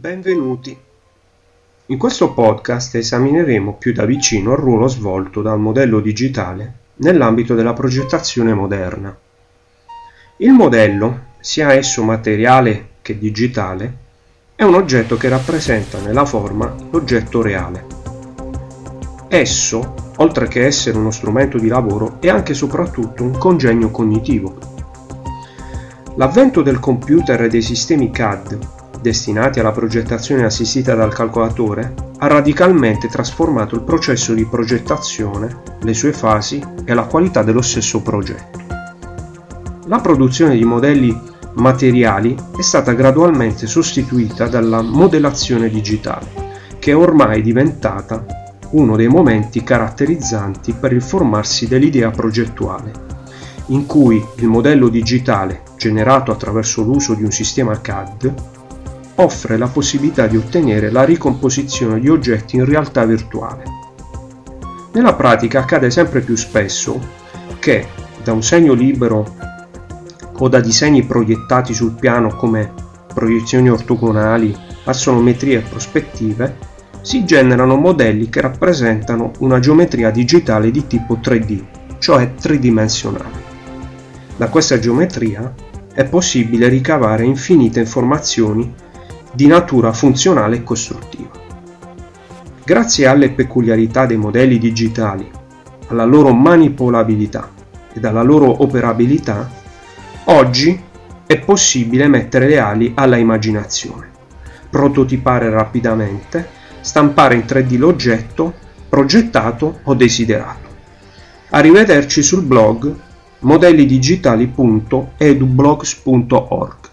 Benvenuti. In questo podcast esamineremo più da vicino il ruolo svolto dal modello digitale nell'ambito della progettazione moderna. Il modello, sia esso materiale che digitale, è un oggetto che rappresenta nella forma l'oggetto reale. Esso, oltre che essere uno strumento di lavoro, è anche e soprattutto un congegno cognitivo. L'avvento del computer e dei sistemi CAD, destinati alla progettazione assistita dal calcolatore, ha radicalmente trasformato il processo di progettazione, le sue fasi e la qualità dello stesso progetto. La produzione di modelli materiali è stata gradualmente sostituita dalla modellazione digitale, che è ormai diventata uno dei momenti caratterizzanti per il formarsi dell'idea progettuale, in cui il modello digitale, generato attraverso l'uso di un sistema CAD, offre la possibilità di ottenere la ricomposizione di oggetti in realtà virtuale. Nella pratica accade sempre più spesso che, da un segno libero o da disegni proiettati sul piano come proiezioni ortogonali, assonometrie e prospettive, si generano modelli che rappresentano una geometria digitale di tipo 3D, cioè tridimensionale. Da questa geometria è possibile ricavare infinite informazioni di natura funzionale e costruttiva. Grazie alle peculiarità dei modelli digitali, alla loro manipolabilità ed alla loro operabilità, oggi è possibile mettere le ali alla immaginazione, prototipare rapidamente, stampare in 3D l'oggetto progettato o desiderato. Arrivederci sul blog modellidigitali.edublogs.org.